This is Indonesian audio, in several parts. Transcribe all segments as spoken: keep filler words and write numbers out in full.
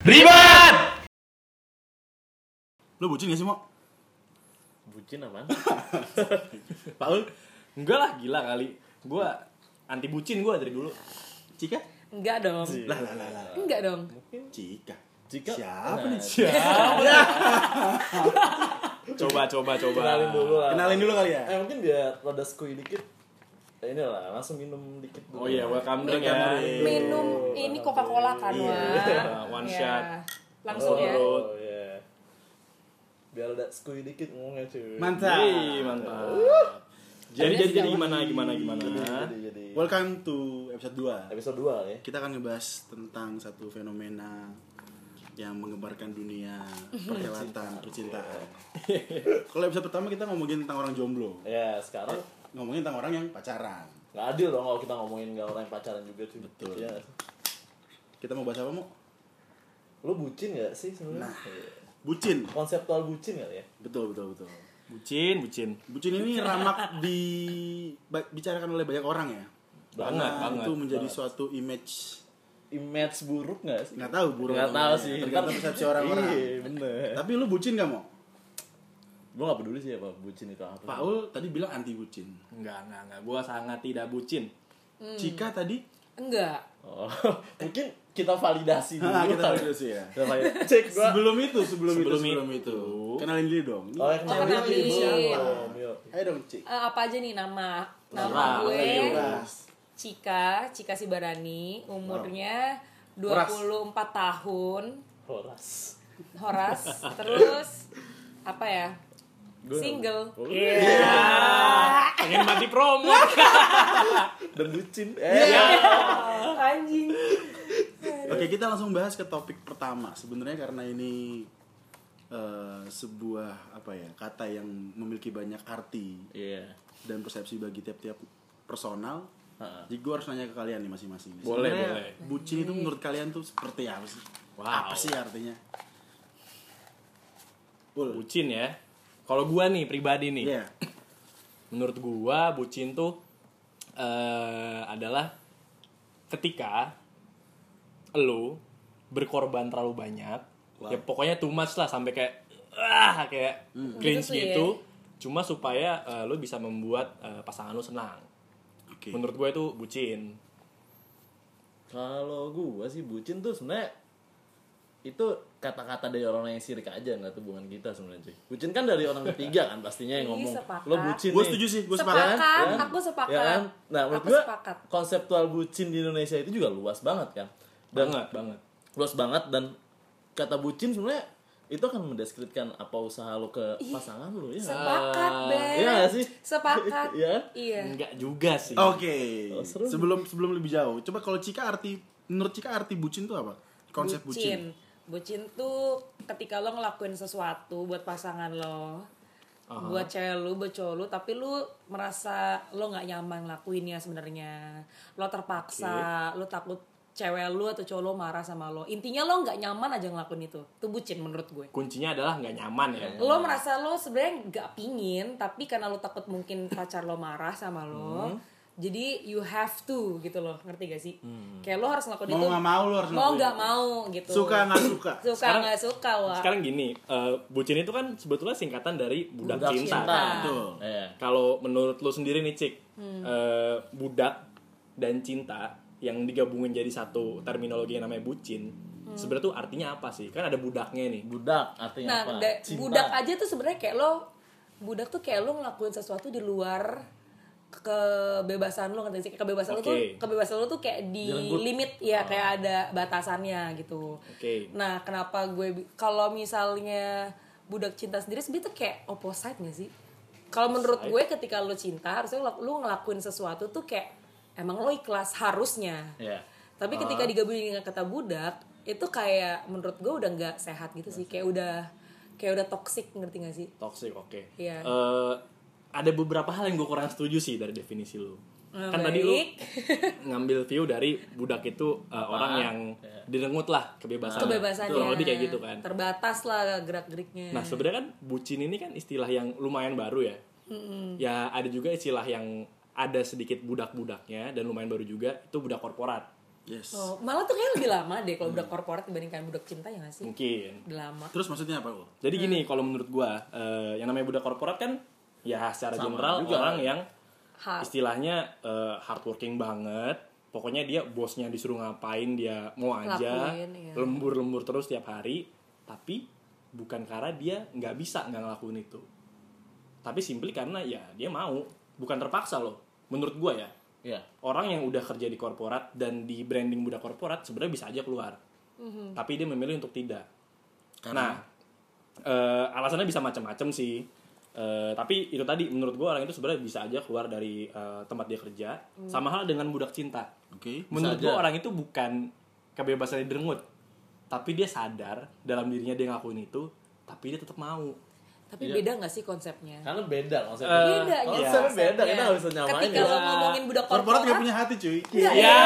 Ribet! Lu bucin gak sih, Mo? Bucin apaan? Paul? Enggak lah, gila kali. Gua anti bucin gua dari dulu. Cika? Enggak dong. Lah lah lah lah. Enggak dong. Cika. Cika? Siapa Nah, nih? Siapa? coba, coba, coba. Kenalin dulu lah. Kenalin dulu kali ya? Eh mungkin biar rada skui dikit. Ya ini lah, langsung minum dikit dulu. Oh iya, welcome drink Welcome ya. drink. Minum ini Coca-Cola kan, Iya. Wah. One Iya. shot. Langsung oh, ya. Oh iya. Biar ada skui dikit ngomongnya cuy. Mantap. Wih, mantap. Jadi, jadi, jadi gimana, gimana, gimana? Jadi, jadi. Welcome to episode dua. Episode dua ya. Kita akan ngebahas tentang satu fenomena yang menggemparkan dunia perhelatan percintaan. Kalau episode pertama kita ngomongin tentang orang jomblo. Ya, sekarang Ngomongin tentang orang yang pacaran. nggak adil dong kalau kita ngomongin nggak orang yang pacaran juga cuy. Betul. Ya. Kita mau bahas apa, Mo? Lu bucin nggak sih sebenarnya? Nah. Iya. Bucin. Konseptual bucin kali ya? Betul, betul, betul. Bucin, bucin. Bucin ini ramak dibicarakan oleh banyak orang ya. Banget, Karena banget. itu menjadi banget. suatu image. Image buruk nggak sih? Nggak tahu buruk Nggak atau tahu enggak sih. ya. Tergantung Ntar- persepsi orang-orang. Iya, bener. Tapi lu bucin gak, Mo? Gue nggak peduli sih apa bucin itu apa. Paul tadi bilang anti bucin. Enggak, enggak, enggak. Gua sangat tidak bucin. Cika tadi Enggak. Oh, mungkin kita validasi dulu. ah, kita kali. validasi ya. Kita validasi. Cek gua. Sebelum itu, sebelum, Sebelum itu, sebelum itu. itu. Kenalin dulu dong. Oh, yang Oh, kenalin. belum. Yuk. Ayo dong, Cik. Eh, apa aja nih nama? Nama Terserah, gue bebas. Cika, Cika Sibarani, umurnya dua puluh empat tahun. Horas. Horas. Terus apa ya? Gua- Single. Oh, Iya. Pengen mati promo. Dan bucin. Eh, Iya. Anjing. Oke, kita langsung bahas ke topik pertama. Sebenarnya karena ini eh, sebuah apa ya, kata yang memiliki banyak arti Iya. dan persepsi bagi tiap-tiap personal. Heeh. Jadi gue harus nanya ke kalian nih masing-masing. Boleh, Sebenarnya boleh. bucin itu menurut kalian tuh seperti apa sih? Wow. Apa sih artinya? Ul. Bucin ya. Kalau gua nih pribadi nih. Iya. Menurut gua bucin tuh eh, adalah ketika lu berkorban terlalu banyak. Wow. Ya pokoknya too much lah sampai kayak ah kayak cringe Gitu tuh ya. gitu. Cuma supaya eh, lu bisa membuat eh, pasangan lu senang. Oke. Menurut gua itu bucin. Kalau gua sih bucin tuh sebenarnya itu kata-kata dari orang yang sirik aja, nggak tuh hubungan kita sebenarnya cuy. Bucin kan dari orang ketiga kan pastinya yang Ih, ngomong. sepakat. Lo bucin Gue nih. setuju sih, gue Sepakat. sepakat. Ya kan? Aku sepakat. Ya kan? Nah, menurut Aku gua sepakat. konseptual bucin di Indonesia itu juga luas banget kan. Dan Banget, banget. luas banget dan kata bucin sebenarnya itu akan mendeskripsikan apa usaha lo ke pasangan lo ya. Sepakat, Ah, Ben. iya nggak sih? Sepakat. Iya. Iya. Enggak juga sih. Oke. Oh, seru. sebelum sebelum lebih jauh, coba kalau Cika arti menurut Cika arti bucin itu apa? Konsep bucin. Bucin tuh ketika lo ngelakuin sesuatu buat pasangan lo, Aha. buat cewek lu, buat cowok lu, tapi lu merasa lo nggak nyaman ngelakuinnya sebenarnya, lo terpaksa, lo takut cewek lu atau cowok lo marah sama lo. Intinya lo nggak nyaman aja ngelakuin itu, itu bucin menurut gue. Kuncinya adalah nggak nyaman ya. Lo merasa lo sebenarnya nggak pingin, tapi karena lo takut mungkin pacar lo marah sama lo. Jadi you have to gitu loh, ngerti gak sih? Kayak lo harus ngelakuin Mau itu. nggak mau lo harus Mau ngelakuin nggak itu. mau gitu. Suka nggak suka. Suka Sekarang- nggak suka wah. Sekarang gini, eh, bucin itu kan sebetulnya singkatan dari budak, Budak cinta. cinta. Betul. Iya. Kalau menurut lo sendiri nih Cik, eh, budak dan cinta yang digabungin jadi satu terminologi yang namanya bucin, sebenarnya tuh artinya apa sih? Kan ada budaknya nih. Budak artinya Nah, apa? da- Cinta. budak aja tuh sebenarnya kayak lo, budak tuh kayak lo ngelakuin sesuatu di luar kebebasan lo, ngerti sih? Kebebasan lo tuh, Oke. kebebasan lo tuh kayak di Direnggut. limit ya, kayak ada batasannya gitu. Oke. Nah, kenapa gue bi- kalau misalnya budak cinta sendiri sebenarnya tuh kayak opposite gak sih? Kalau menurut gue ketika lo cinta harusnya lo, lo ngelakuin sesuatu tuh kayak emang lo ikhlas harusnya. Iya. Tapi ketika digabungin dengan kata budak, itu kayak menurut gue udah nggak sehat gitu sih, kayak udah kayak udah toxic, ngerti gak sih? Toxic, oke. Iya. Eh, ada beberapa hal yang gue kurang setuju sih dari definisi lu. Ah, Kan tadi lu baik. ngambil view dari budak itu eh, orang yang direnggut lah kebebasan. Kebebasannya. Kurang lebih kayak gitu kan. Terbatas lah gerak-geriknya. Nah sebenarnya kan bucin ini kan istilah yang lumayan baru ya. Ya ada juga istilah yang ada sedikit budak-budaknya dan lumayan baru juga, itu budak korporat. Yes. Oh, malah tuh kayak lebih lama deh kalau budak korporat dibandingkan budak cinta ya nggak sih? Mungkin. Udah lama. Terus maksudnya apa, Ul? Jadi gini, kalau menurut gua, eh, yang namanya budak korporat kan ya secara Sama general juga. orang yang Hard. istilahnya eh, hardworking banget. Pokoknya dia bosnya disuruh ngapain dia mau aja, Lakuin, iya. lembur-lembur terus tiap hari. Tapi bukan karena dia nggak bisa nggak ngelakuin itu. Tapi simply karena ya dia mau, bukan terpaksa loh. Menurut gua ya. Iya. Orang yang udah kerja di korporat dan di branding budak korporat sebenarnya bisa aja keluar, mm-hmm. tapi dia memilih untuk tidak. Karena? Nah, uh, alasannya bisa macam-macam sih. Uh, tapi itu tadi menurut gue orang itu sebenarnya bisa aja keluar dari uh, tempat dia kerja. Mm. Sama hal dengan budak cinta. Oke. Okay. Menurut gue aja. orang itu bukan kebebasan direngut, tapi dia sadar dalam dirinya dia ngakuin itu, tapi dia tetap mau. Tapi Iya. beda gak sih konsepnya? Karena beda konsepnya. Eh, Beda ya. Konsepnya konsepnya. beda, kita gak bisa nyamain Ketika ya. lo ngomongin budak Korporat korporat, gak punya hati, cuy. Iya. Ya,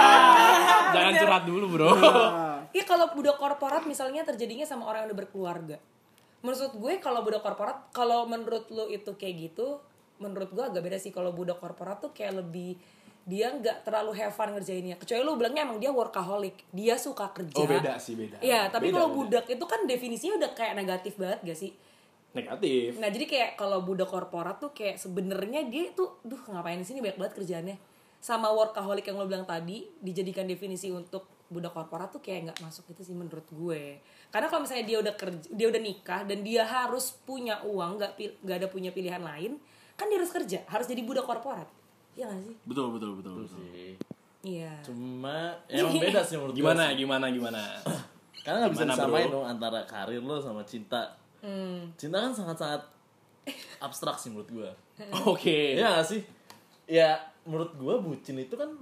jangan curhat dulu bro. Iya kalau budak korporat misalnya terjadinya sama orang yang udah berkeluarga. Menurut gue kalau budak korporat, kalau menurut lo itu kayak gitu, menurut gue agak beda sih. Kalau budak korporat tuh kayak lebih dia nggak terlalu have fun ngerjainnya. Kecuali lo bilangnya emang dia workaholic, dia suka kerja. Oh beda sih beda. Iya, tapi Beda, kalau beda. budak itu kan definisinya udah kayak negatif banget gak sih? Negatif. Nah jadi kayak kalau budak korporat tuh kayak sebenarnya dia tuh, duh ngapain di sini banyak banget kerjaannya. Sama workaholic yang lo bilang tadi dijadikan definisi untuk budak korporat tuh kayak nggak masuk itu sih menurut gue. Karena kalau misalnya dia udah kerja, dia udah nikah dan dia harus punya uang, nggak nggak ada punya pilihan lain, kan dia harus kerja, harus jadi budak korporat. Iya nggak sih? Betul, betul, betul. betul. Sih. Iya. Cuma emang beda sih menurut gue Gimana sih. gimana gimana. Karena gak bisa Gimana, disamain bro? dong antara karir lo sama cinta. Hmm. Cinta kan sangat-sangat abstrak sih menurut gue. Oke. Iya gak sih? Ya menurut gue bucin itu kan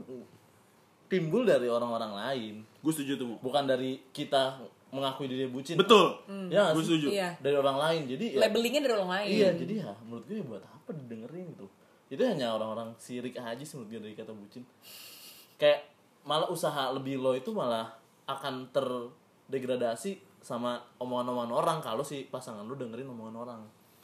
timbul dari orang-orang lain. Gue setuju tuh, Mo. Bukan dari kita mengakui diri bucin. Betul. Ya gak Gue sih? setuju. Iya. Dari orang lain. Jadi ya, Labelingnya dari orang lain. iya jadi ya menurut gue buat apa didengerin gitu. Itu hanya orang-orang sirik aja sih menurut gue dari kata bucin. Kayak malah usaha lebih lo itu malah akan terdegradasi sama omongan-omongan orang kalau si pasangan lu dengerin omongan orang.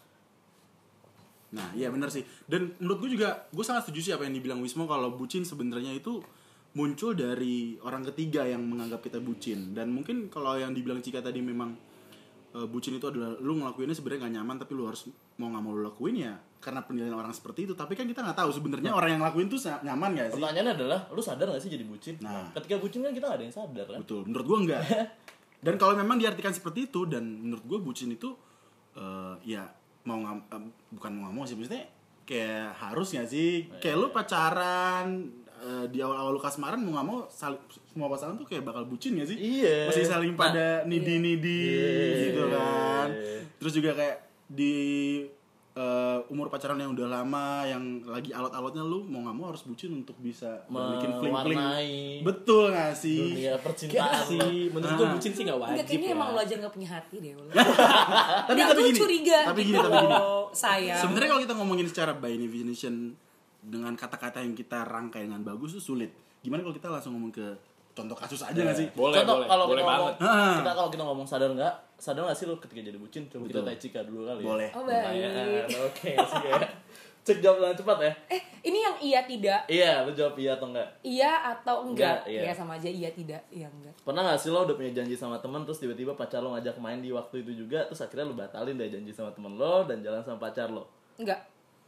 Nah, iya benar sih. Dan menurut gue juga, gue sangat setuju sih apa yang dibilang Wismo kalau bucin sebenarnya itu muncul dari orang ketiga yang menganggap kita bucin. Dan mungkin kalau yang dibilang Cika tadi memang e, bucin itu adalah lu ngelakuinnya sebenarnya gak nyaman tapi lu harus mau nggak mau lu lakuin ya karena penilaian orang seperti itu. Tapi kan kita nggak tahu sebenarnya orang yang ngelakuin tuh sa- nyaman gak sih? Pertanyaannya adalah, lu sadar gak sih jadi bucin? Nah. Ketika bucin kan kita gak ada yang sadar kan? Betul, menurut gue enggak. Dan kalau memang diartikan seperti itu, dan menurut gue bucin itu uh, ya mau nggak uh, bukan mau nggak mau sih, maksudnya kayak harus nggak sih? Kayak lu pacaran uh, di awal-awal lu kasmaran mau nggak mau sal- semua pasangan tuh kayak bakal bucin nggak sih? Iya. Masih saling pada nidi-nidi Iya. gitu kan. Terus juga kayak di uh, umur pacaran yang udah lama, yang lagi alot-alotnya lu mau nggak mau harus bucin untuk bisa bikin fling-fling. Mewarnai Betul nggak sih? dunia Gak percintaan lo. sih, menurut gue bucin sih gak Enggak, wajib kayaknya ya. emang lo aja gak punya hati deh. Lo. Tapi Nggak, tapi gue gini. curiga Tapi gini, gitu tapi gini. loh, sayang. Sebenarnya kalau kita ngomongin secara by definition dengan kata-kata yang kita rangkai dengan bagus tuh sulit. Gimana kalau kita langsung ngomong ke contoh kasus aja nggak sih? Boleh, Contoh, boleh, kalau boleh kita banget. ngomong, Ah. kita kalau kita ngomong sadar nggak, sadar nggak sih lo ketika jadi bucin? Coba kita Betul. tanya Cika dulu kali. Boleh. Oh baik. Ya, oke sih ya. Cek jawab dengan cepat ya. Eh ini yang iya tidak, Iya, lu jawab iya atau enggak? iya atau enggak? Enggak, iya. Iya sama aja iya tidak, iya enggak. Pernah gak sih lo udah punya janji sama temen terus tiba-tiba pacar lo ngajak main di waktu itu juga terus akhirnya lo batalin deh janji sama temen lo dan jalan sama pacar lo? Enggak.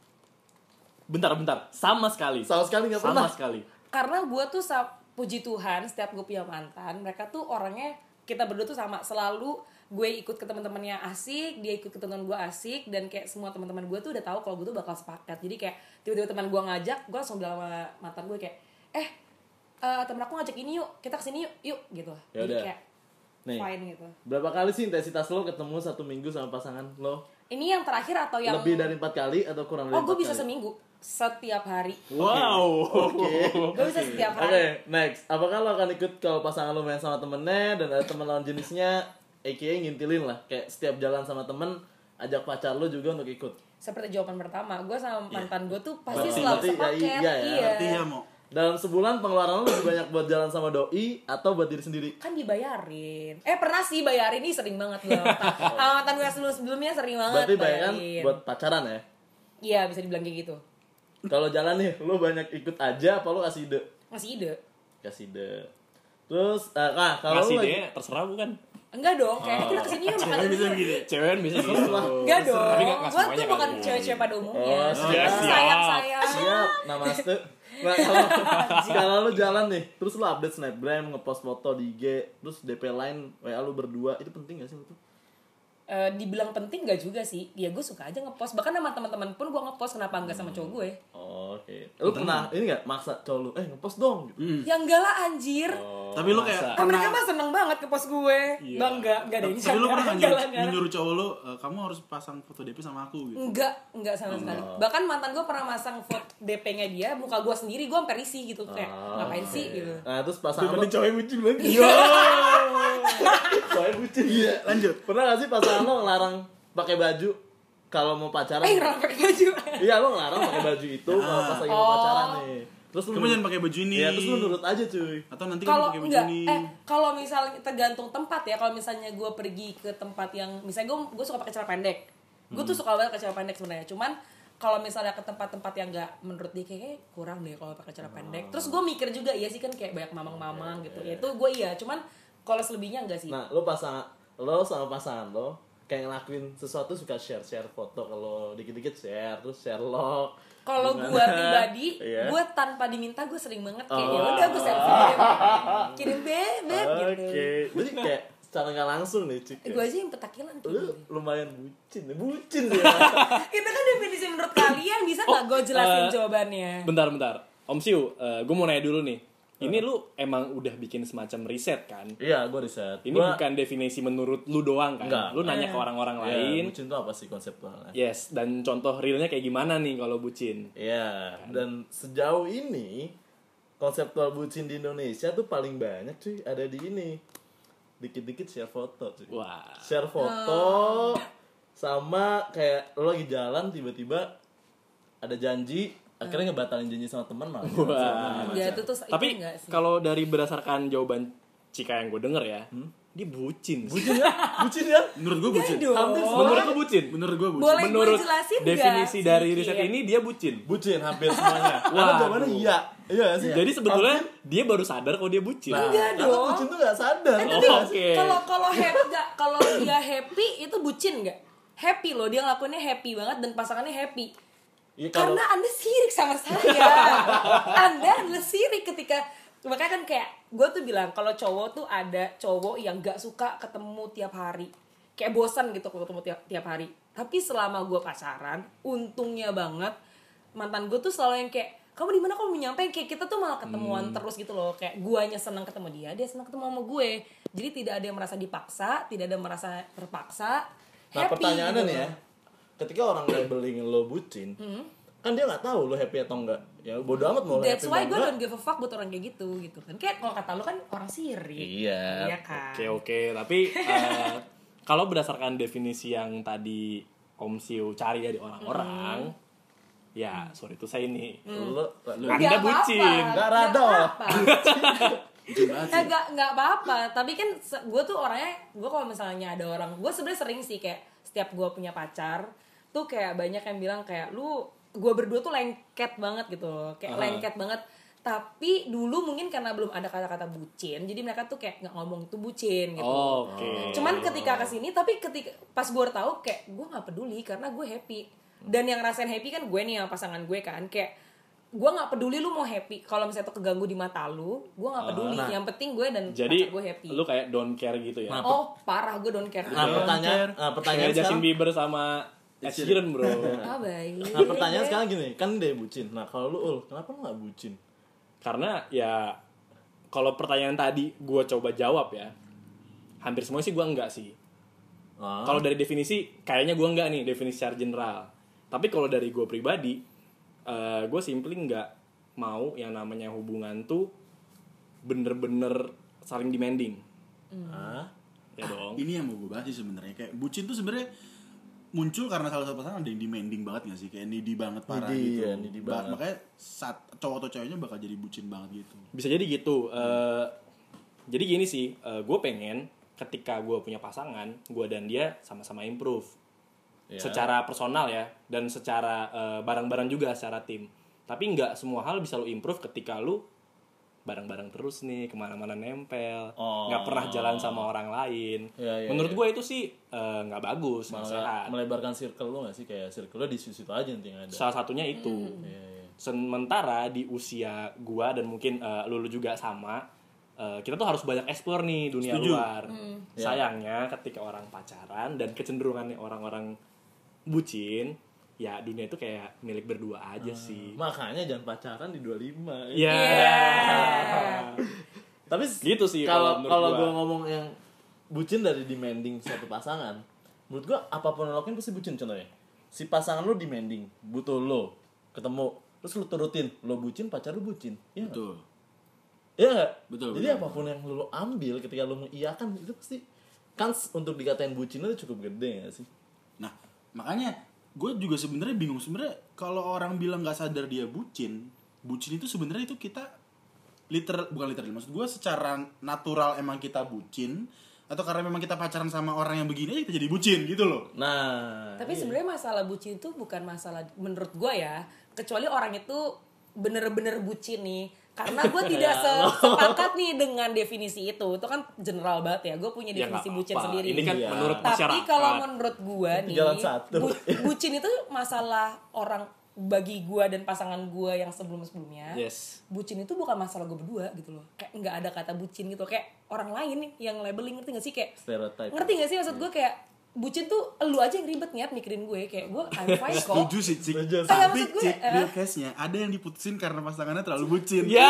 Bentar, bentar. Sama sekali. Sama sekali gak Sama pernah. sekali. Karena gue tuh sa- puji Tuhan setiap gue punya mantan, mereka tuh orangnya kita berdua tuh sama, selalu gue ikut ke teman-temannya asik, dia ikut ke teman gue asik, dan kayak semua teman-teman gue tuh udah tahu kalau gue tuh bakal sepakat. Jadi kayak tiba-tiba teman gue ngajak, gue langsung bilang sama mantan gue kayak, eh uh, temen aku ngajak ini yuk, kita kesini yuk, yuk gitu. Ya Jadi udah. kayak Nih, fine gitu. berapa kali sih intensitas lo ketemu satu minggu sama pasangan lo? Ini yang terakhir atau yang Lebih dari empat kali atau kurang dari Oh, gue empat bisa kali? seminggu, setiap hari. Wow. Gue bisa setiap Oke, hari. next. Apakah lo akan ikut kalau pasangan lo main sama temennya dan ada temen lawan jenisnya, aka ngintilin lah, kayak setiap jalan sama temen, ajak pacar lo juga untuk ikut? Seperti jawaban pertama, gue sama mantan gue tuh pasti Berarti- selalu berarti ya sepaket. iya ya, Iya. Berarti ya mau. Dalam sebulan pengeluaran lo lebih banyak buat jalan sama doi atau buat diri sendiri? Kan dibayarin. Eh pernah sih bayarin, nih sering banget gue. Sama mantan gue sebelum sebelumnya sering banget. Berarti banyak kan bayarin. buat pacaran ya? Iya bisa dibilang kayak gitu. Kalau jalan nih, lo banyak ikut aja apa lo kasih ide? Masih ide. Kasih ide. Terus eh, nah, kalau Masih lu lagi deh, terserah bukan? Enggak dong, kayak kita kesini yuk makan Cewek bisa dulu. begini. Cewek kan bisa gitu. Enggak dong, Tapi nggak- nggak gue semuanya tuh bukan kali. cewek-cewek pada umumnya. Oh, siap. Sayang-sayang. siap, namaste. Nah, kalau kalau lu jalan nih, terus lu update snapgram, ngepost foto di I G, terus D P line W A lu berdua, itu penting gak sih lu tuh? Eh, dibilang penting gak juga sih, ya gue suka aja ngepost. Bahkan sama teman-teman pun gue ngepost, kenapa enggak sama cowok gue? Oh, oke. Lu pernah ini gak maksa cowok lu, eh ngepost dong gitu. Ya enggak lah anjir. Oh, Tapi lu kayak Ah, mereka mah seneng banget ke post gue. Bangga, enggak ada ini. Tapi lu pernah nggak enggak lah, nyuruh, enggak lah. nyuruh cowok lu, "Eh, kamu harus pasang foto D P sama aku gitu. Enggak, enggak sama sekali. Bahkan mantan gue pernah masang foto D P-nya dia, muka gue sendiri, gue sampai risih gitu kayak Ah, ngapain oke. sih gitu. Nah, terus pasangan lu cowok bucin banget. Iya. Soalnya bucin. Iya, lanjut. Pernah gak sih pasangan lo ngelarang pakai baju kalau mau pacaran? Eh, ngerang pakai baju. Iya, lo ngelarang pakai baju itu kalau pas lagi mau Oh. pacaran nih. Terus lu Kamu jangan pakai baju ini. Iya, terus lu nurut aja cuy. Atau nanti kamu Kalau pakai baju enggak, ini. eh kalau misalnya tergantung tempat ya. Kalau misalnya gue pergi ke tempat yang, misalnya gue gue suka pakai celana pendek. Gue tuh suka banget pakai celana pendek sebenarnya. Cuman kalau misalnya ke tempat-tempat yang enggak menurut dia kayak kurang deh kalau pakai celana pendek. Terus gue mikir juga iya sih kan kayak banyak mamang-mamang gitu. Ya itu gue iya. Cuman kalau selebihnya enggak sih. Nah, lo pasangan lo sama pasangan lo kayak ngelakuin sesuatu suka share-share foto, kalau dikit-dikit share, terus share log. Kalau Gimana? gue pribadi, Iya. gue tanpa diminta gue sering banget kayak Oh. ya udah gue selfie kirim, kirim bebek Oke. gitu. Jadi kayak secara nggak langsung nih, Cik. Gue aja yang petakilan kayak Lu gitu. lumayan bucin, bucin sih. Ya. Itu kan definisi menurut kalian, bisa nggak gue jelasin eh, jawabannya? Bentar, bentar. Om Siu, gue mau nanya dulu nih. Ini lu emang udah bikin semacam riset kan? Iya, gue riset. Ini Gua- bukan definisi menurut lu doang kan? Enggak. Lu nanya ke orang-orang Iya, lain. bucin itu apa sih konseptualnya? Yes, dan contoh realnya kayak gimana nih kalau bucin? Iya, dan sejauh ini konseptual bucin di Indonesia tuh paling banyak cuy ada di ini. Dikit-dikit share foto cuy. Wah. Share foto sama kayak lo lagi jalan tiba-tiba ada janji, akhirnya ngebatalin janji sama teman malah. Wah. Ya itu tuh itu Tapi enggak sih. kalau dari berdasarkan jawaban Cika yang gue denger ya, dia bucin. sih. Bucin ya? Bucin ya? Menurut gue bucin. Dong. Hampir Menurut lu bucin? Menurut gue bucin. Boleh Menurut gue jelasin nggak, definisi dari sedikit? riset ini dia bucin. Bucin hampir semuanya. Karena Waduh. jawabannya iya. Iya nggak sih. Jadi sebetulnya Hampir- dia baru sadar kalau dia bucin. Nah, Enggak karena dong. bucin tuh gak sadar. Eh, tapi Oh, oke. kalau kalau happy nggak, kalau dia happy itu bucin nggak? Happy loh, dia ngelakuinnya happy banget dan pasangannya happy. Iya, kalau- Karena Anda sirik sama saya. Anda adalah sirik ketika, makanya kan kayak gue tuh bilang kalau cowok tuh ada cowok yang gak suka ketemu tiap hari, kayak bosan gitu kalau ketemu tiap tiap hari. Tapi selama gue pacaran, untungnya banget mantan gue tuh selalu yang kayak, kamu di mana kamu nyampe, kayak kita tuh malah ketemuan Hmm. terus gitu loh. Kayak guanya senang ketemu dia, dia senang ketemu sama gue. Jadi tidak ada yang merasa dipaksa, tidak ada yang merasa terpaksa. Nah, Happy pertanyaannya gitu nih ya, loh. ketika orang labeling lo bucin, kan dia nggak tahu lo happy atau enggak. Ya bodo amat mau lo That's happy why mau gue enggak. don't give a fuck buat orang kayak gitu gitu kan. Kayak kalau kata lu kan orang sirik. Iya. Iya kan. Oke oke, tapi eh, kalau berdasarkan definisi yang tadi Om Siu cari dari orang-orang, ya sorry itu saya ini. Lo, lo Anda Nggak bucin. apa-apa, Nggak rada, nggak lah. apa-apa. Bucin banget sih. Eh, nggak nggak apa-apa. Tapi kan gue tuh orangnya, gue kalau misalnya ada orang, gue sebenarnya sering sih kayak setiap gue punya pacar tuh kayak banyak yang bilang kayak lu, gue berdua tuh lengket banget gitu loh, kayak Aha. lengket banget. Tapi dulu mungkin karena belum ada kata-kata bucin, jadi mereka tuh kayak nggak ngomong itu bucin gitu. Oh, Oke. Cuman ketika kesini, tapi ketika pas gue tahu kayak gue nggak peduli karena gue happy. Dan yang ngerasain happy kan gue nih, yang pasangan gue kan, kayak gue nggak peduli lu mau happy. Kalau misalnya itu keganggu di mata lu, gue nggak peduli. nah. Yang penting gue dan Jadi pacar gue happy. lu kayak don't care gitu ya? Nah, Oh parah, gue don't care. Nah, pertanyaan, nah, pertanyaan Kayak Justin sekarang, Bieber sama Ed Sheeran bro. Ah baik. nah pertanyaan sekarang gini, kan dia bucin. Nah kalau lu, Ul, kenapa lu nggak bucin? Karena ya kalau pertanyaan tadi gue coba jawab ya, hampir semua sih gue enggak sih. Ah. Kalau dari definisi kayaknya gue enggak nih, definisi secara general. Tapi kalau dari gue pribadi, uh, gue simply nggak mau yang namanya hubungan tuh bener-bener saling demanding. Ah? Ya dong. Ini yang mau gue bahas sih sebenarnya. Kayak bucin tuh sebenarnya muncul karena salah satu pasangan ada yang demanding banget gak sih? Kayak needy banget parah Needy, gitu. ya, needy Ba- banget. Makanya saat cowok atau ceweknya bakal jadi bucin banget gitu. Bisa jadi gitu. Uh, jadi gini sih, uh, gue pengen ketika gue punya pasangan, gue dan dia sama-sama improve. Ya. Secara personal ya, dan secara uh, bareng-bareng juga secara tim. Tapi nggak semua hal bisa lu improve ketika lu bareng-bareng terus nih, kemana-mana nempel, Oh. nggak pernah jalan sama orang lain. Iya, iya, Menurut iya. gue itu sih eh, nggak bagus, nggak Malah sehat. melebarkan circle lo gak sih? Kayak circle lo di situ aja nanti yang ada. Salah satunya itu. Iya, iya. Sementara di usia gua dan mungkin eh, lulu juga sama, eh, kita tuh harus banyak explore nih dunia Setuju. luar. Ya. Sayangnya ketika orang pacaran dan kecenderungannya orang-orang bucin, ya dunia itu kayak milik berdua aja sih. Makanya jangan pacaran di dua puluh lima. Ya. Tapi Gitu sih kalau kalau menurut kalau gua. gue ngomong yang bucin dari demanding satu pasangan, menurut gue apapun yang lo lakuin pasti bucin. Contohnya si pasangan lo demanding, butuh lo ketemu, terus lo turutin, lo bucin, pacar lo bucin, ya nggak? Betul. Iya nggak? Betul, Jadi betul, apapun yang lo ambil ketika lo mengiyakan itu pasti kans untuk dikatain bucin itu cukup gede nggak sih? Nah, makanya gue juga sebenarnya bingung sebenarnya kalau orang bilang nggak sadar dia bucin, bucin itu sebenarnya itu kita literal bukan literal, maksud gue secara natural emang kita bucin atau karena memang kita pacaran sama orang yang begini aja kita jadi bucin gitu loh. Nah, Tapi iya. sebenarnya masalah bucin itu bukan masalah menurut gue ya, kecuali orang itu bener-bener bucin nih. Karena gue tidak se- sepakat nih dengan definisi itu. Itu kan general banget ya. Gue punya Ya, definisi nggak bucin apa-apa. sendiri. Ini kan Iya. menurut Tapi masyarakat. kalau menurut gue nih, Jalan satu. bu- bucin itu masalah orang bagi gue dan pasangan gue yang sebelum-sebelumnya. Yes. Bucin itu bukan masalah gue berdua gitu loh. Kayak nggak ada kata bucin gitu. Kayak orang lain nih yang labeling, ngerti gak sih? Kayak Stereotype. ngerti gak sih maksud gue kayak bucin tuh lu aja yang ribet niat mikirin gue. Kayak gue I'm fine kok. Setuju sih, Cik. Setuju sih. Tapi Maksud gue, Cik, eh. real case-nya ada yang diputusin karena pasangannya terlalu bucin. Ya.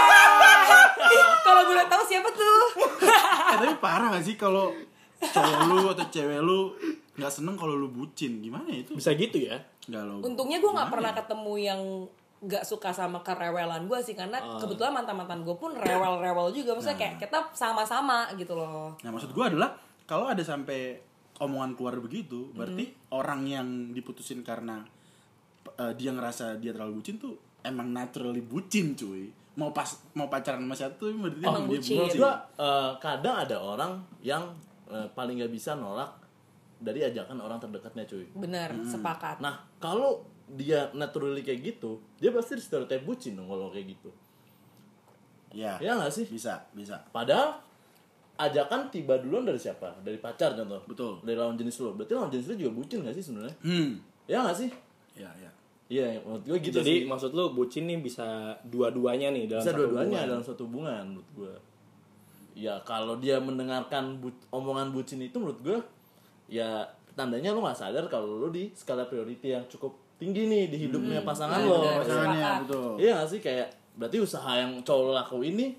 Kalau boleh tahu siapa tuh? Eh, tapi parah gak sih kalau cowok lu atau cewek lu nggak seneng kalau lu bucin, gimana ya itu? Bisa gitu ya? Nggak lo. Untungnya gue nggak pernah ketemu yang nggak suka sama kerewelan gue sih, karena kebetulan mantan-mantan gue pun rewel-rewel juga. Maksudnya kayak kita sama-sama gitu loh. Nah, maksud gue adalah kalau ada sampai omongan keluar begitu, berarti Mm-hmm. orang yang diputusin karena uh, dia ngerasa dia terlalu bucin tuh emang naturally bucin, cuy. Mau pas mau pacaran sama satu berarti Emang dia bucin. Menurut gua eh, kadang ada orang yang eh, paling gak bisa nolak dari ajakan orang terdekatnya cuy. Bener, sepakat. Nah kalau dia naturally kayak gitu, dia pasti stereotype bucin dong kalau kayak gitu. Ya. Ya nggak sih? Bisa, bisa. Padahal ajakan tiba duluan dari siapa? Dari pacar contoh. Betul. Dari lawan jenis lo. Berarti lawan jenis lo juga bucin gak sih sebenarnya? Hmm. Ya nggak sih? Ya, ya. Iya, menurut gue gitu Jadi sih. maksud lu bucin nih bisa dua-duanya nih dalam Bisa satu dua-duanya hubungan. dalam suatu hubungan menurut gue. Ya kalau dia mendengarkan bu- omongan bucin itu menurut gue ya tandanya lo nggak sadar kalau lo di skala priority yang cukup tinggi nih di hidupnya pasangan Iya, lo. benar. Pasangannya Sepakat. betul. Iya gak sih, kayak berarti usaha yang cowok lo lakuin ini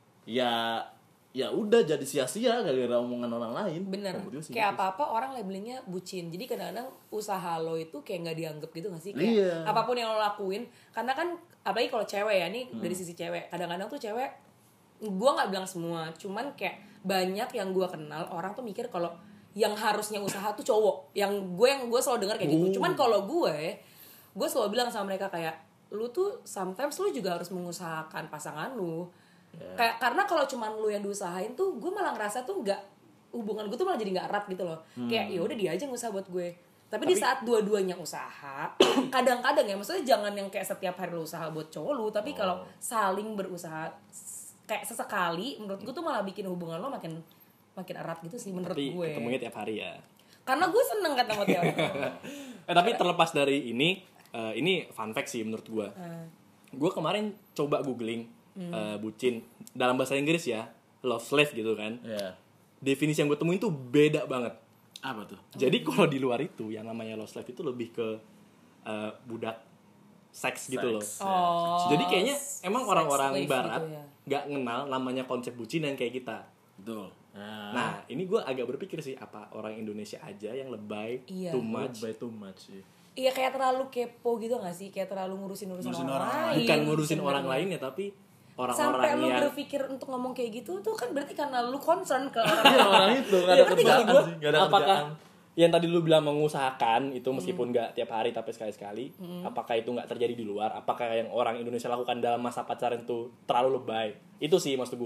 ya ya udah jadi sia-sia gara-gara omongan orang lain. Bener, Menurut gue sih kayak gitu. apa-apa orang labelingnya bucin. Jadi kadang-kadang usaha lo itu kayak nggak dianggap gitu nggak sih? Kayak Iya. apapun yang lo lakuin, karena kan apalagi kalau cewek ya, nih Hmm. dari sisi cewek, kadang-kadang tuh cewek, gue nggak bilang semua, cuman kayak banyak yang gue kenal orang tuh mikir kalau yang harusnya usaha tuh cowok. Yang gue yang gue selalu dengar kayak Oh. gitu. Cuman kalau gue, gue selalu bilang sama mereka kayak, lu tuh sometimes lu juga harus mengusahakan pasangan lu. Ya. Kayak karena kalau cuman lu yang diusahain tuh, gue malah ngerasa tuh nggak, hubungan gue tuh malah jadi nggak erat gitu loh. Kayak ya udah dia aja yang usaha buat gue. Tapi, di saat dua-duanya usaha, kadang-kadang ya, maksudnya jangan yang kayak setiap hari lu usaha buat cowok lu, tapi kalau saling berusaha s- kayak sesekali, menurut gue tuh malah bikin hubungan lo makin makin erat gitu sih menurut Tapi gue. ketemunya tiap hari ya. Karena gue seneng ketemu tiap hari. Eh tapi terlepas dari ini, eh, ini fun fact sih menurut gue. Gue kemarin coba googling eh, bucin dalam bahasa Inggris ya, love slave gitu kan. Ya. Definisi yang gue temuin tuh beda banget. Apa tuh? Jadi kalau di luar itu yang namanya love slave itu lebih ke eh, budak seks gitu loh. Seks. Oh, Jadi kayaknya emang sex orang-orang slave barat gitu ya. nggak kenal namanya konsep bucin yang kayak kita. Betul. Nah, Nah, ini gue agak berpikir sih apa orang Indonesia aja yang lebay, Iya. too much. by too much sih. Iya, kayak terlalu kepo gitu gak sih? Kayak terlalu ngurusin urusan Ngurusin orang, orang lain. Bukan ngurusin sebenarnya. orang lain ya, tapi Sampai orang-orang lu yang berpikir untuk ngomong kayak gitu tuh kan berarti karena lu concern ke orang Iya, orang itu nggak ada Iya, ngerti kerjaan nggak gua? sih, nggak ada apakah kerjaan. yang tadi lu bilang mengusahakan itu meskipun nggak tiap hari tapi sekali-sekali, apakah itu nggak terjadi di luar? Apakah yang orang Indonesia lakukan dalam masa pacaran itu terlalu lebay? Itu sih maksud gua.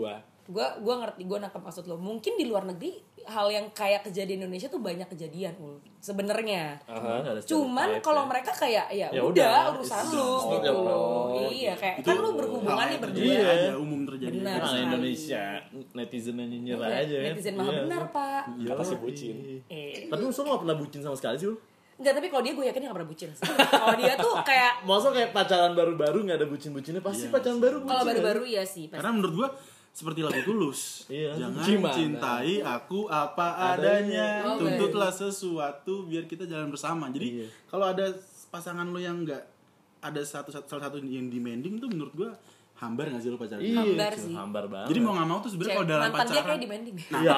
gue gue ngerti, gue nangkep maksud lo. Mungkin di luar negeri hal yang kayak kejadian Indonesia tuh banyak kejadian Ul, sebenarnya. Nggak ada Cuman stereotype kalau ya. mereka kayak ya, Ya udah udah, urusan it's lu just- gitu oh, loh. oh, Iya kayak Itu kan lu berhubungan hal nih yang berdua. terjadi Iya. aja, umum terjadi Benar. aja. Nah, sekali. Indonesia netizen yang nyinyir Iya, aja ya. netizen maha Iya. benar pak. Kata si bucin. Eh. Tapi lu gak pernah bucin sama sekali sih lu? Enggak, tapi kalau dia gue yakin dia gak pernah bucin. Kalau dia tuh kayak Masa kayak pacaran baru-baru gak ada bucin-bucinnya? Pasti Iya. pacaran baru bucin. kalau baru-baru iya sih pasti. Karena menurut gua seperti lagu Tulus. Iya. Jangan Gimana? cintai aku apa adanya. Oh, Tuntutlah sesuatu biar kita jalan bersama. Jadi Iya. kalau ada pasangan lo yang enggak ada satu salah satu yang demanding tuh menurut gua hambar gak sih lo pacaran? Iya, Hambar cuy, sih. hambar banget. Jadi mau gak mau tuh sebenarnya Cewek- kalau dalam mantan dia pacaran kayak demanding. Iya.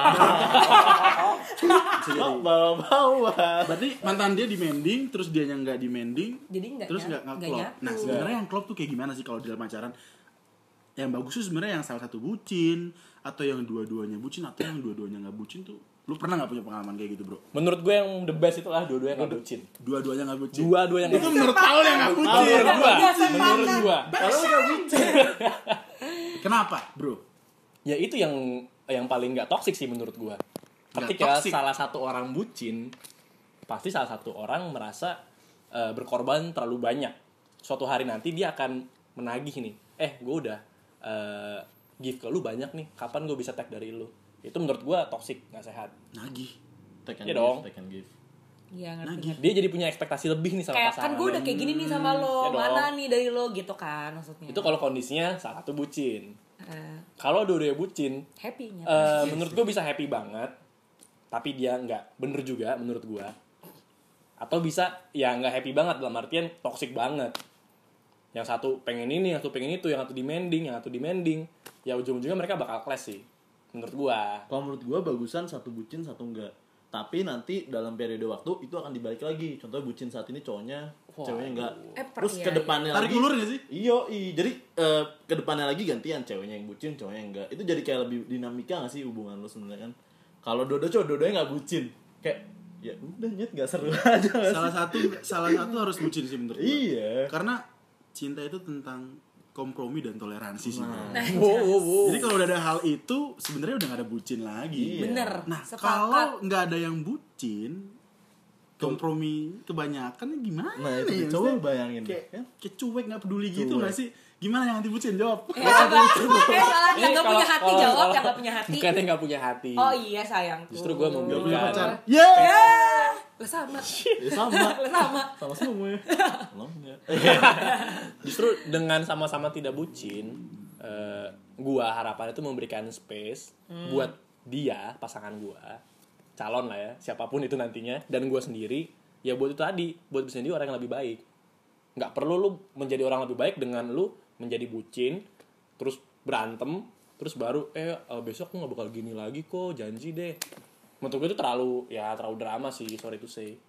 bisa jadi. Bawa-bawa. Berarti mantan dia demanding, terus dia yang nggak demanding, Jadi nggak terus nyatu, nggak nggak nggak klop. nyatu. Nah sebenarnya yang klop tuh kayak gimana sih kalau di dalam pacaran? Yang bagus tuh sebenarnya yang salah satu bucin, atau yang dua-duanya bucin, atau yang dua-duanya nggak bucin tuh. Lu pernah nggak punya pengalaman kayak gitu bro? Menurut gue yang the best itu lah dua-duanya nggak bucin. Dua-duanya nggak bucin. Dua-duanya nggak Itu bucin. menurut Paul yang nggak bucin. Menurut gua, Nggak sepakat. menurut gua. Kalau gak bucin. Kenapa bro? Ya itu yang yang paling nggak toksik sih menurut gua. Nggak Ketika toxic. salah satu orang bucin, pasti salah satu orang merasa eh, berkorban terlalu banyak. Suatu hari nanti dia akan menagih nih. Eh, gua udah eh, give ke lu banyak nih. Kapan gua bisa tag dari lu? Itu menurut gua toksik, nggak sehat. Nagih. Take and Iya give, dong. take and give. Iya Nagih. ngerti. Dia jadi punya ekspektasi lebih nih sama Kayak pasangan. kan gue udah kayak gini nih sama lo, Iya dong. mana nih dari lo gitu kan maksudnya. Itu kalau kondisinya salah satu bucin. Eh, Kalau dua-duanya bucin, happy-nya. eh, menurut gue bisa happy banget, tapi dia nggak bener juga menurut gue. Atau bisa ya nggak happy banget dalam artian toxic banget. Yang satu pengen ini, yang satu pengen itu, yang satu demanding, yang satu demanding. Ya ujung-ujungnya mereka bakal clash sih, menurut gue. Kalau menurut gua bagusan satu bucin satu enggak. Tapi nanti dalam periode waktu itu akan dibalik lagi. Contohnya bucin saat ini cowoknya, ceweknya enggak. Eh, per- Terus iya, ke depannya Tarik lagi. ulur gak sih? Iya, iya. Jadi eh, ke depannya lagi gantian ceweknya yang bucin, cowoknya yang enggak. Itu jadi kayak lebih dinamika gak sih hubungan lo sebenarnya kan? Kalau dua-dua cowok dua-duanya enggak bucin. Kayak ya udah nyet enggak seru aja gak sih? Salah satu salah satu harus bucin sih menurut gua. Iya. Karena cinta itu tentang kompromi dan toleransi sih. bro. Nah, Wow, wow, wow. Jadi kalau udah ada hal itu sebenarnya udah gak ada bucin lagi. Iya. bener. Nah, sepakat. kalau nggak ada yang bucin, kompromi kebanyakan gimana Nah, itu ya? coba Maksudnya bayangin kayak, deh, ya. kayak cuek nggak peduli gitu Cuek. nggak sih? Gimana yang anti bucin? Jawab. Eh, apa? Eh, salah yang Ini gak kalau- punya hati kalau- jawab, kalau- yang gak punya hati. Bukan yang nggak punya hati. Oh iya sayangku. Justru gua mau Nggak punya Bukan. pacar. Ya. Ya, lah sama. Ya sama. Lah sama. Sama semua ya. Belum ya. Justru dengan sama-sama tidak bucin, eh, gua harapannya itu memberikan space buat dia, pasangan gua, calon lah ya, siapapun itu nantinya, dan gua sendiri, ya buat itu tadi, buat bisa jadi orang yang lebih baik. Nggak perlu lu menjadi orang lebih baik dengan lu menjadi bucin, terus berantem, terus baru eh eh, besok aku nggak bakal gini lagi kok, janji deh. Menurut gue itu terlalu ya terlalu drama sih, sorry to say.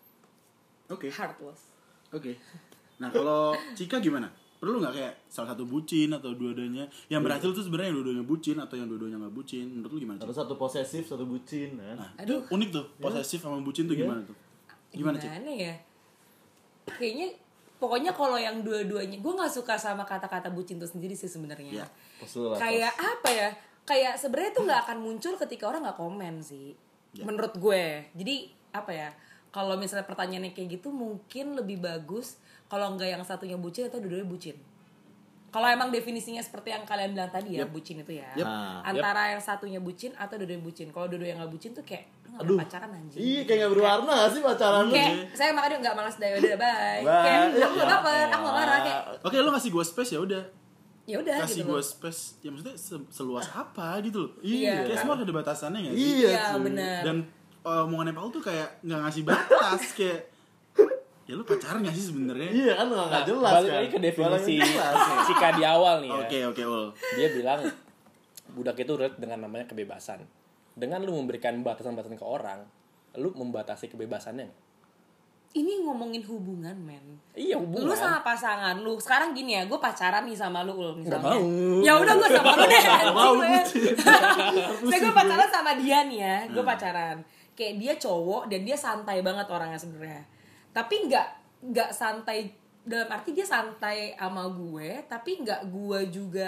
Oke. Heartless. Oke. Nah kalau Cika gimana? Perlu nggak kayak salah satu bucin atau dua-duanya? Yang berhasil tuh sebenarnya yang dua-duanya bucin atau yang dua-duanya nggak bucin? Menurut lu gimana? Cik? Harus satu posesif, satu bucin kan. Nah, itu unik tuh. Posesif sama bucin tuh Iya. gimana tuh? Gimana Cik? Gimana ya? Kayaknya pokoknya kalau yang dua-duanya, gue nggak suka sama kata-kata bucin itu sendiri sih sebenarnya. Ya. Pasti lah, Kayak apa ya? Kayak sebenarnya tuh nggak akan muncul ketika orang nggak komen sih. Ya. Menurut gue. Jadi apa ya? Kalau misalnya pertanyaannya kayak gitu mungkin lebih bagus kalau nggak yang satunya bucin atau dua-duanya bucin. Kalau emang definisinya seperti yang kalian bilang tadi ya, Yep. bucin itu ya. Yep. Ah, Antara yang satunya bucin atau dua-duanya bucin. Kalau dua-duanya nggak bucin tuh kayak lu nggak Aduh. pacaran anjing. Iya, kayak gak berwarna gak sih pacaran lu? Kayak saya makanya nggak malas deh udah bye. Bye. Kayak aku nggak dapet, aku nggak marah kayak Oke, lu ngasih gue space ya udah. ya udah Kasih gitu gue loh. space. Ya maksudnya se- seluas apa gitu loh. Iya. Kayak semua ada batasannya nggak sih? Iya, Iya cuy. benar. Dan uh, omongannya Paul tuh kayak nggak ngasih batas kayak ya lu pacaran gak sih sebenarnya? Iya kan nggak Nah, jelas balik kan. lagi ke definisi Balik jelas, nih. Cika di awal nih ya. Oke oke ul. Dia bilang budak itu relate dengan namanya kebebasan. Dengan lu memberikan batasan-batasan ke orang, lu membatasi kebebasannya nggak? Ini ngomongin hubungan men. Iya hubungan. Lu sama pasangan lu. Sekarang gini ya, gue pacaran nih sama lu Ul misalnya. Nggak mau. Ya udah gue sama lu deh. Nggak mau, anjing, lu. Saya gue pacaran sama dia nih ya. Gue pacaran. Kayak dia cowok dan dia santai banget orangnya sebenarnya. Tapi nggak nggak santai dalam arti dia santai sama gue, tapi nggak gue juga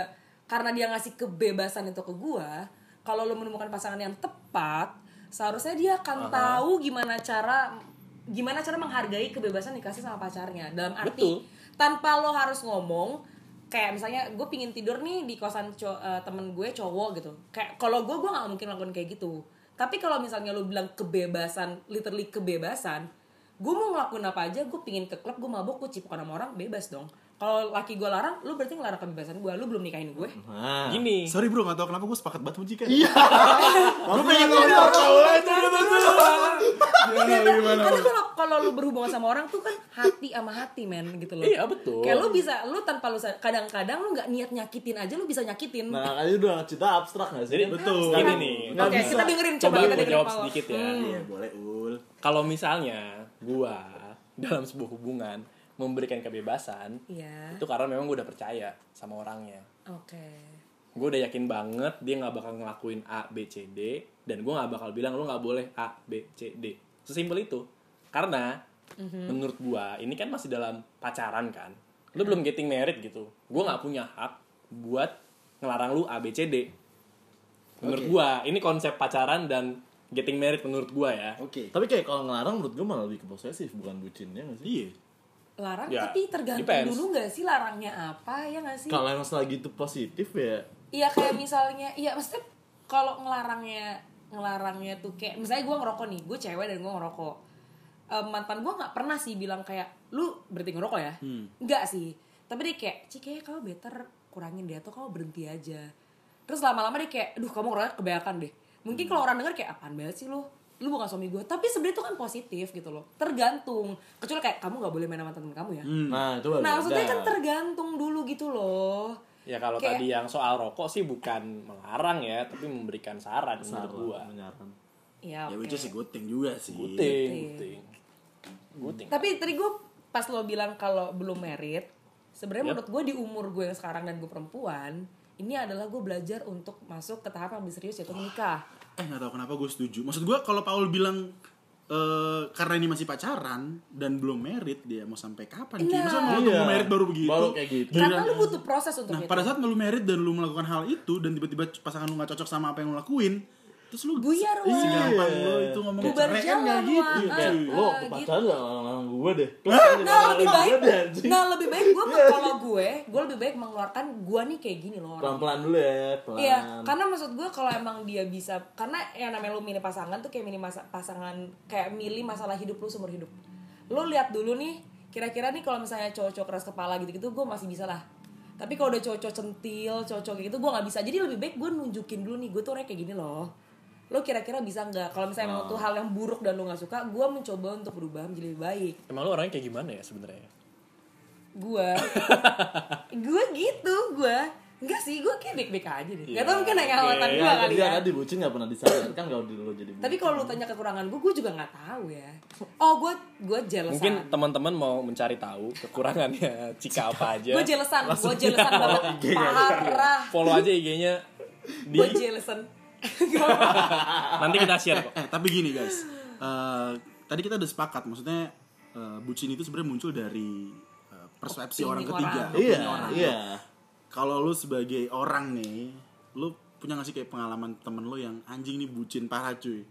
karena dia ngasih kebebasan itu ke gue, kalau lo menemukan pasangan yang tepat, seharusnya dia akan uh-huh. tahu gimana cara gimana cara menghargai kebebasan dikasih sama pacarnya. Dalam arti Betul. tanpa lo harus ngomong, kayak misalnya gue pingin tidur nih di kosan co- uh, temen gue cowok gitu. Kayak kalau gue gue nggak mungkin lakukan kayak gitu. Tapi kalau misalnya lo bilang kebebasan, literally kebebasan, gue mau ngelakuin apa aja, gue pingin ke klub, gue mabuk, gue cipokan sama orang, bebas dong. Kalau laki gue larang, lu berarti ngelarang kebebasan gue, lu belum nikahin gue. Nah. Gini. Sorry bro, gak tau kenapa gue sepakat banget sama Cika. Iya. Gue pengen ngomong tahu aja. Gimana? Karena kalau kalau lu berhubungan sama orang tuh kan hati sama hati men gitu loh. Iya betul. Kayak lu bisa, lu tanpa lu kadang-kadang lu nggak niat nyakitin aja lu bisa nyakitin. Nah, ini udah cinta abstrak gak sih? Jadi Betul. Gini nih. Nggak Oke, bisa. kita dengerin Coba coba kita gue dengerin jawab Paul. sedikit ya. Iya boleh ul. Kalau misalnya gua dalam sebuah hubungan memberikan kebebasan, Iya. itu karena memang gue udah percaya sama orangnya. Oke. Gue udah yakin banget dia nggak bakal ngelakuin A, B, C, D, dan gue nggak bakal bilang lu nggak boleh A, B, C, D. Sesimpel itu. Karena mm-hmm. menurut gue ini kan masih dalam pacaran kan. Lu belum getting married gitu. Gue nggak punya hak buat ngelarang lu A, B, C, D. Menurut Okay. gue ini konsep pacaran dan getting married menurut gue ya. Oke. Tapi kayak kalau ngelarang menurut gue malah lebih ke posesif, bukan bucinnya gak sih? Iya. Larang Ya, tapi tergantung depends. dulu nggak sih larangnya apa ya nggak sih? Kalau emang selagi itu positif ya. Iya kayak misalnya, iya maksudnya kalau ngelarangnya ngelarangnya tuh kayak misalnya gue ngerokok nih, gue cewek dan gue ngerokok. Um, mantan gue nggak pernah sih bilang kayak lu berhenti ngerokok ya, Hmm. nggak sih. Tapi dia kayak, Cik kayaknya kamu better kurangin deh atau kamu berhenti aja. Terus lama-lama dia kayak, aduh kamu ngerokok kebanyakan deh. Mungkin kalau orang denger kayak apaan banget sih lu, lu bukan suami gue. Tapi sebenarnya itu kan positif gitu loh. Tergantung. Kecuali kayak kamu nggak boleh main sama temen kamu ya. Hmm. Nah, itu baru Nah maksudnya beda. kan tergantung dulu gitu loh. Ya kalau Kayak- tadi yang soal rokok sih bukan melarang ya, tapi memberikan saran Saran, menurut gue. menyaran. Ya, Ya oke. which is a good thing juga sih. Guting, guting. Guting. Tapi tadi gue pas lo bilang kalau belum married, sebenarnya Yep. menurut gue di umur gue yang sekarang dan gue perempuan, ini adalah gue belajar untuk masuk ke tahap yang lebih serius yaitu menikah. Eh nggak tahu kenapa gue setuju. Maksud gue kalau Paul bilang eh karena ini masih pacaran dan belum married, dia mau sampai kapan? Ki? Nah. Masa mau Iya. mau married baru begitu? Baru kayak gitu. Dan- Karena lu butuh proses untuk Nah itu. pada saat lu married dan lu melakukan hal itu dan tiba-tiba pasangan lu nggak cocok sama apa yang lu lakuin, terus lu Buyar, Wak. segampang lu itu ngomong Bubar cerai kan jalan, nggak gitu. Wak. Kayak Ah, lo ah, pacaran gak larang-larang gue deh. Nah lebih baik, Gue deh, anjing. nah lebih baik gue kalau gue, gue lebih baik mengeluarkan gue nih kayak gini loh. orang. Pelan-pelan dulu ya, pelan. Iya, karena maksud gue kalau emang dia bisa, karena yang namanya lu milih pasangan tuh kayak milih masa, pasangan, kayak milih masalah hidup lu seumur hidup. Lu lihat dulu nih, kira-kira nih kalau misalnya cowok-cowok keras kepala gitu-gitu, gue masih bisa lah. Tapi kalau udah cowok-cowok centil, cowok-cowok kayak gitu, gue nggak bisa. Jadi lebih baik gue nunjukin dulu nih, gue tuh orangnya kayak gini loh. Lo kira-kira bisa nggak? Kalau misalnya emang tuh hal yang buruk dan lo nggak suka, gue mencoba untuk berubah menjadi lebih baik. Emang lu orangnya kayak gimana ya sebenarnya? Gue, gue gitu, gue. Enggak sih, gue kayak baik-baik aja deh. Gak Iya, tau mungkin nanya oke. mantan gue Ya, kali dia ya. kan dibucin gak pernah disadarkan kalau di lo jadi bucin. Tapi kalau lu tanya kekurangan gue, gue juga nggak tahu ya. Oh, gue gue jealousan. Mungkin teman-teman mau mencari tahu kekurangannya Cika apa aja. Gue jealousan, gue jealousan banget. Parah. Follow aja I G-nya di Gue jealousan. nanti kita share kok. Eh tapi gini guys, Eh, tadi kita udah sepakat, maksudnya eh, bucin itu sebenarnya muncul dari eh, persepsi Opini orang ketiga. orang. opini Iya, orang. iya. Kalau lu sebagai orang nih, lu punya gak sih kayak pengalaman temen lu yang anjing nih bucin parah cuy?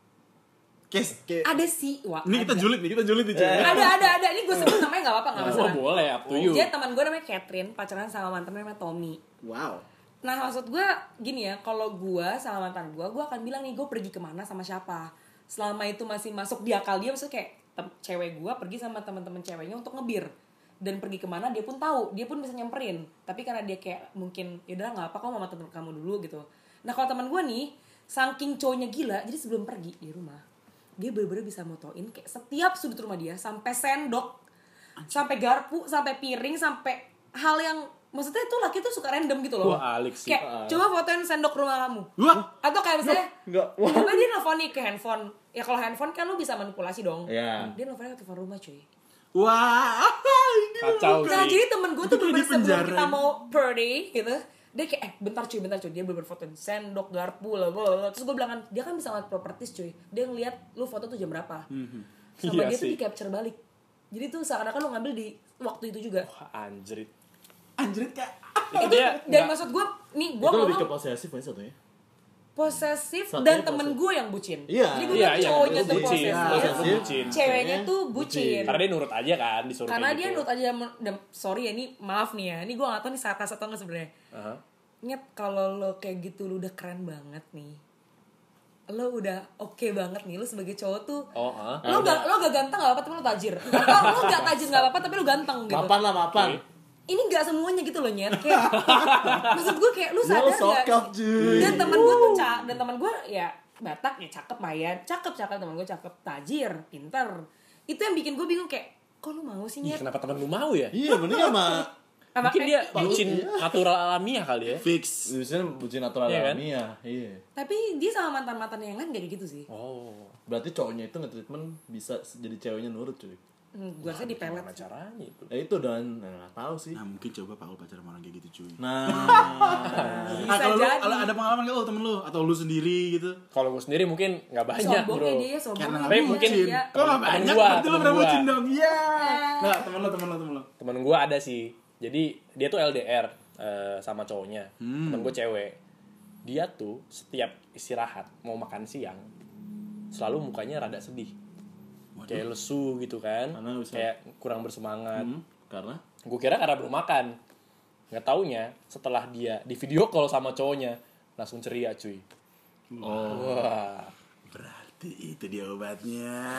Kes, kayak Ada sih, wah. ini kita ada. julid nih, kita julid nih cuy. Ada, ada, ada. Ini gue sebut namanya nggak apa-apa, nggak Wah masalah. boleh up to you. Jadi teman gue namanya Catherine, pacaran sama mantannya namanya Tommy. Wow. Nah maksud gue gini ya, kalau gue sama mantan gue, gue akan bilang nih gue pergi kemana sama siapa. Selama itu masih masuk di akal dia, maksudnya kayak tem- cewek gue pergi sama teman-teman ceweknya untuk ngebir. Dan pergi kemana dia pun tahu, dia pun bisa nyamperin. Tapi karena dia kayak mungkin, yaudah nggak apa, kamu sama temen kamu dulu gitu. Nah kalau teman gue nih, saking cowoknya gila, jadi sebelum pergi di rumah, dia bener-bener bisa motoin kayak setiap sudut rumah dia, sampai sendok, sampai garpu, sampai piring, sampai hal yang maksudnya tuh laki tuh suka random gitu loh. Wah, alik sih. Kayak coba fotoin sendok rumah kamu. Wah. Atau kayak misalnya Enggak. Wah. coba dia nelfon nih ke handphone. Ya kalau handphone kan lu bisa manipulasi dong. Iya. Dia nelfonnya ke telepon rumah cuy. Wah, ini Kacau Nah sih. jadi temen gue tuh Itu kayak bener di sebelum penjara. kita mau party gitu, dia kayak eh bentar cuy bentar cuy, dia bener fotoin sendok, garpu lah, bla, bla. Terus gue bilang kan dia kan bisa ngeliat properties cuy, dia ngeliat lu foto tuh jam berapa, sama Iya dia tuh sih. di capture balik. Jadi tuh seakan-akan lu ngambil di waktu itu juga. Wah anjrit. anjrit kayak itu dia Dan nggak- maksud gue, nih gue Itu lebih ke ngomong posesif aja satunya. posesif Satunya dan temen posesif. gue yang bucin. Iya. Jadi gue Iya, bilang iya, cowoknya itu tuh bucin. posesif. Nah, Posesif. itu bucin. Ceweknya Ceweknya tuh bucin. Karena dia nurut aja kan disuruh Karena kayak dia gitu. nurut aja, dan sorry ya, ini maaf nih ya, ini gue gak tau nih sarkas atau nggak sebenarnya. Aha. Nyet, kalau lo kayak gitu lo udah keren banget nih, lo udah oke banget nih, lo sebagai cowok tuh, Oh, ah. lo gak lo gak ganteng gak apa-apa tapi lo tajir, atau lo gak tajir gak apa-apa tapi lo ganteng gitu. Mapan lah, mapan. Ini gak semuanya gitu loh Nyet, kayak maksud gue kayak lo Dia sadar sokap, gak? cuy. Dan teman gue tuh cak, dan teman gue ya Batak ya cakep Mayan, cakep cakep teman gue cakep, tajir, pinter. Itu yang bikin gue bingung kayak, kok lo mau sih Ih, Nyet? kenapa temen lu mau ya? Iya, mending sama Sama- Mungkin dia eh, bucin natural alamiah kali ya. Fix. biasanya bucin natural Iya kan? alamiah. Iya. Tapi dia sama mantan-mantan yang lain gak kayak gitu sih. Oh, Berarti cowoknya itu nge-treatment bisa jadi ceweknya nurut, cuy. Hmm, gue rasa dipelet. gimana caranya itu? Ya itu dan nggak tahu sih. Nah mungkin coba Paul pacaran sama orang kayak gitu cuy. Nah, Bisa Ah, kalau lu, jadi. kalau ada pengalaman gak lo temen lu atau lu sendiri gitu? Kalau gue sendiri mungkin nggak banyak, Sombong bro. ya dia, sombong. Karena Tapi nggak mungkin- bucin. ya. Kok nggak Temen banyak? gua, Berarti lu temen pernah gua. bucin dong. Iya. Nggak temen lu temen lu temen lu. Temen gue ada sih. Jadi dia tuh L D R eh, sama cowoknya. Hmm. Temen gue cewek. Dia tuh setiap istirahat mau makan siang selalu mukanya rada sedih. Kayak lesu gitu kan. Karena bisa- Kayak kurang bersemangat. hmm, karena Gue kira karena belum makan. Nggak taunya setelah dia di video call sama cowoknya langsung ceria cuy. oh, Wah. Berarti itu dia obatnya.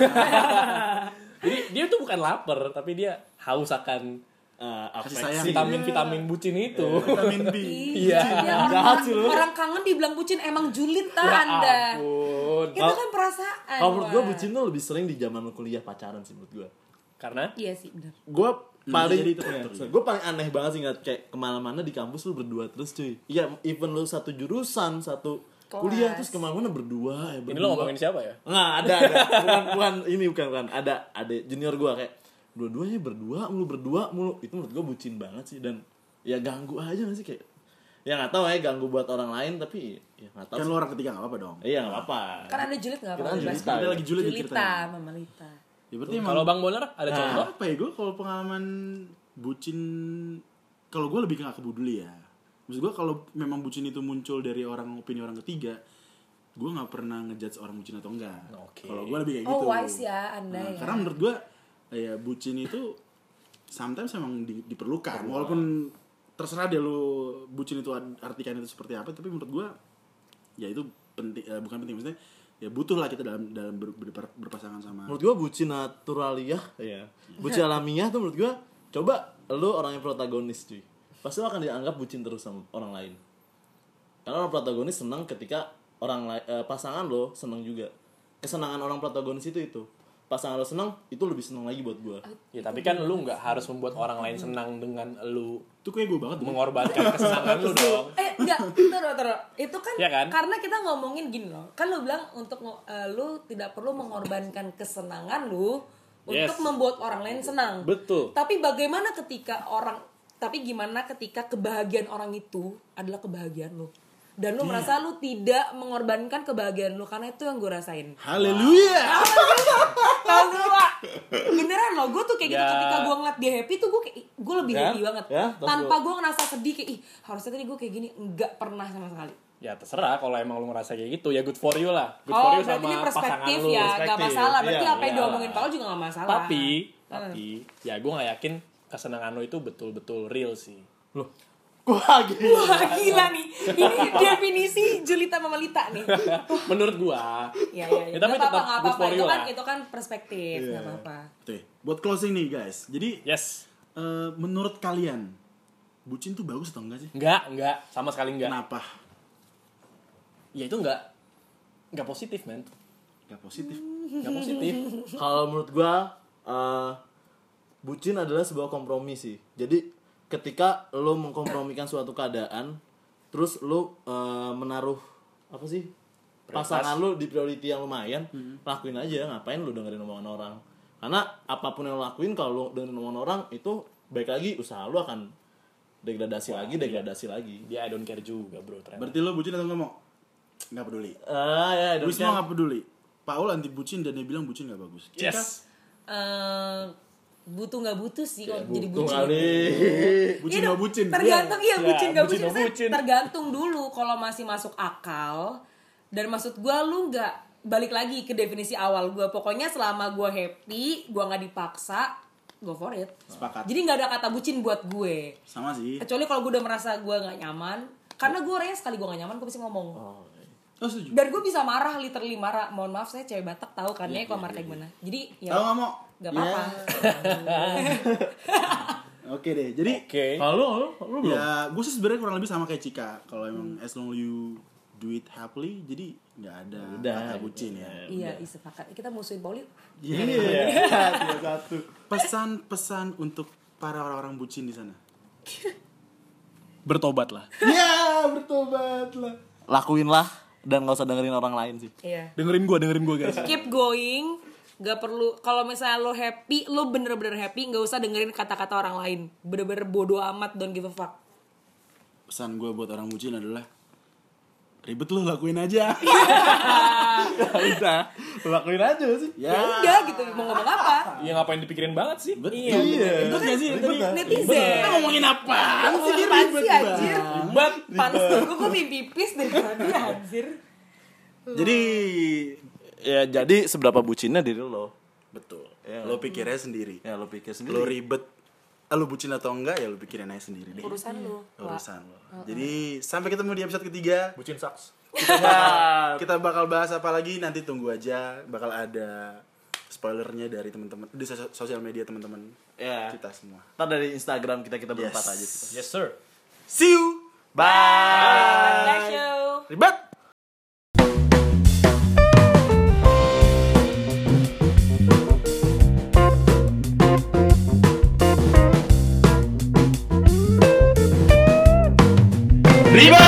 Jadi dia tuh bukan lapar tapi dia haus akan uh, Kasih afeksi. sayang. vitamin-vitamin bucin itu. Vitamin B. Iya. Ya, Jahat sih lu. orang kangen dibilang bucin emang julid tak Ya anda. ampun. Itu kan perasaan. Kalau menurut gue Wak. bucin tuh lebih sering di zaman lu kuliah pacaran sih menurut gue. Karena Iya sih benar. Gue paling jadi itu ya, faktor, ya. gue paling aneh banget sih ngeliat kayak kemana-mana di kampus lu berdua terus cuy. Iya, even lu satu jurusan, satu Kelas. kuliah terus kemana-mana berdua ya berdua. ini lo ngomongin siapa ya? Nggak, ada, ada. Bukan, bukan, ini bukan, bukan. Ada, ada junior gue kayak dua-duanya berdua, mulu berdua, mulu. Itu menurut gue bucin banget sih. Dan ya ganggu aja gak sih kayak. Ya gak tahu ya, ganggu buat orang lain. Tapi ya gak tahu Kan sih. lu orang ketiga gak apa-apa dong. Iya gak apa-apa. Kan ada julid nggak Kita apa-apa. kan bebas. julita. Kita lagi julid nih Julita, ceritanya. Mama Lita. Ya berarti emang Kalau Bang Boner ada Nah, contoh? apa ya gue kalau pengalaman bucin, kalau gue lebih gak kebuduli ya. Maksud gue kalau memang bucin itu muncul dari orang opini orang ketiga, gue nggak pernah ngejudge orang bucin atau enggak. Oke. Kalau gue lebih kayak Oh, gitu. wise ya Anda ya. Karena menurut gue ya bucin itu sometimes emang di- diperlukan. Walaupun terserah deh lu bucin itu artikan itu seperti apa, tapi menurut gue ya itu penting, eh, bukan penting maksudnya ya butuh lah kita dalam dalam ber- ber- berpasangan sama. Menurut gue bucin naturaliah ya. Bucin alamiah tuh menurut gue, coba lu orang yang protagonis cuy. Pasti lu akan dianggap bucin terus sama orang lain. Karena orang protagonis senang ketika orang lain eh, pasangan lo senang juga. Kesenangan orang protagonis itu itu. Pasangan lo senang, itu lebih senang lagi buat gue. Ya tapi kan lu nggak harus membuat orang lain senang dengan lu Itu kayak gue banget. tuh. mengorbankan kesenangan lu dong. Eh enggak, taruh taruh. Itu kan, Iya kan? karena kita ngomongin gini loh. Kan lu bilang untuk ngo- eh, lu tidak perlu mengorbankan kesenangan lu Yes. untuk membuat orang lain senang. Betul. Tapi bagaimana ketika orang tapi gimana ketika kebahagiaan orang itu adalah kebahagiaan lu? Dan lu merasa lu tidak mengorbankan kebahagiaan lu, karena itu yang gue rasain. Haleluya. Tahu gak, Pak? Beneran loh, gue tuh kayak gitu Ya. ketika gue ngeliat dia happy tuh gue kayak gue lebih Ya, happy banget. ya, terus Tanpa gue ngerasa sedih kayak ih harusnya tadi gue kayak gini, enggak pernah sama sekali. Ya terserah kalau emang lu ngerasa kayak gitu ya good for you lah. Good Oh, for you berarti sama ini pasangan perspektif lu. ya, nggak perspektif. masalah. Berarti Iya, apa yang iya. diomongin Paul juga nggak masalah. Tapi tapi ya gue nggak yakin kesenangan lu itu betul-betul real sih. Loh, wah gila. Wah gila nih, ini definisi Julita Mama Lita nih. Menurut gua. Ya ya ya. Ya, tapi Nggak apa-apa, tetap nggak good apa-apa. for Itu you kan lah. itu kan perspektif, nggak apa-apa. Oke, buat closing nih guys. Jadi Yes. eh, menurut kalian bucin tuh bagus atau enggak sih? Enggak, enggak, sama sekali enggak. Kenapa? Ya itu enggak enggak positif, men. Gak positif. Enggak positif. Kalau menurut gua eh, bucin adalah sebuah kompromi sih. Jadi ketika lo mengkompromikan suatu keadaan, terus lo eh, menaruh apa sih pasangan lo di priority yang lumayan, lakuin aja. Ngapain lo dengerin omongan orang? Karena apapun yang lo lakuin kalau lo dengerin omongan orang itu baik lagi usaha lo akan degradasi lagi, degradasi lagi. Dia I don't care juga, bro. Ternyata. Berarti lo bucin atau enggak mau? Enggak peduli. Ah ya, dan Wisma enggak peduli. Paul anti bucin dan dia bilang bucin enggak bagus. Cika, Yes. Eh, butuh nggak butuh sih kalau jadi Tuh bucin. kali. Bucin Iya nggak dong, bucin. tergantung iya Iya, bucin nggak bucin bucin, nggak maksudnya bucin. tergantung dulu kalau masih masuk akal dan maksud gue lu nggak balik lagi ke definisi awal gue, pokoknya selama gue happy gue nggak dipaksa go for it. Sepakat. Jadi nggak ada kata bucin buat gue, Sama sih. kecuali kalau gue udah merasa gue nggak nyaman, karena gue orangnya sekali gue nggak nyaman gue bisa ngomong. Oh setuju. Dan gue bisa marah, literally marah. Mohon maaf saya cewek Batak tahu kan ya kalau marah kayak gimana. Jadi ya Tahu nggak mau? nggak apa-apa. Oke deh. Jadi Oke. Kalau lu, lu belum. ya gue sih sebenarnya kurang lebih sama kayak Cika. Kalau emang as long you do it happily, jadi nggak ada Udah, kata bucin ya. Iya, iya sepakat. Kita musuhin Pauli. Iya. Satu. Pesan-pesan untuk para orang-orang bucin di sana. Bertobat lah. Ya, bertobat lah. Lakuinlah dan gak usah dengerin orang lain sih. Iya. Dengerin gue, dengerin gue guys. Keep going. Gak perlu, kalau misalnya lo happy, lo bener-bener happy, gak usah dengerin kata-kata orang lain. Bener-bener bodo amat, don't give a fuck. Pesan gue buat orang bucin adalah ribet lu lakuin aja. Udah, lakuin aja sih. Ya. Udah gitu, mau ngomong apa? Ya ngapain dipikirin banget sih? Iya. Ribet gak sih? Tadi Netizen. kita ngomongin apaan sih? Dia Apaan ribet sih anjir? banget. Ribet. Panas tuh, gue kok mimpi pipis dari tadi anjir. Jadi Ya jadi seberapa bucinnya diri lo. betul. Ya. Lo pikirnya sendiri. Ya lo pikir Lo sendiri. ribet, ah, lo bucin atau enggak ya lo pikirin aja sendiri deh. Urusan lo. Urusan lo. Jadi sampai ketemu di episode ketiga. Bucin sucks. Kita bakal bahas apa lagi nanti tunggu aja. Bakal ada spoilernya dari teman-teman di sos- sosial media teman-teman Ya. kita semua. Ntar dari Instagram kita kita berempat Yes. aja sih. Yes sir. See you. Bye. Bless you. Ribet. Ribet.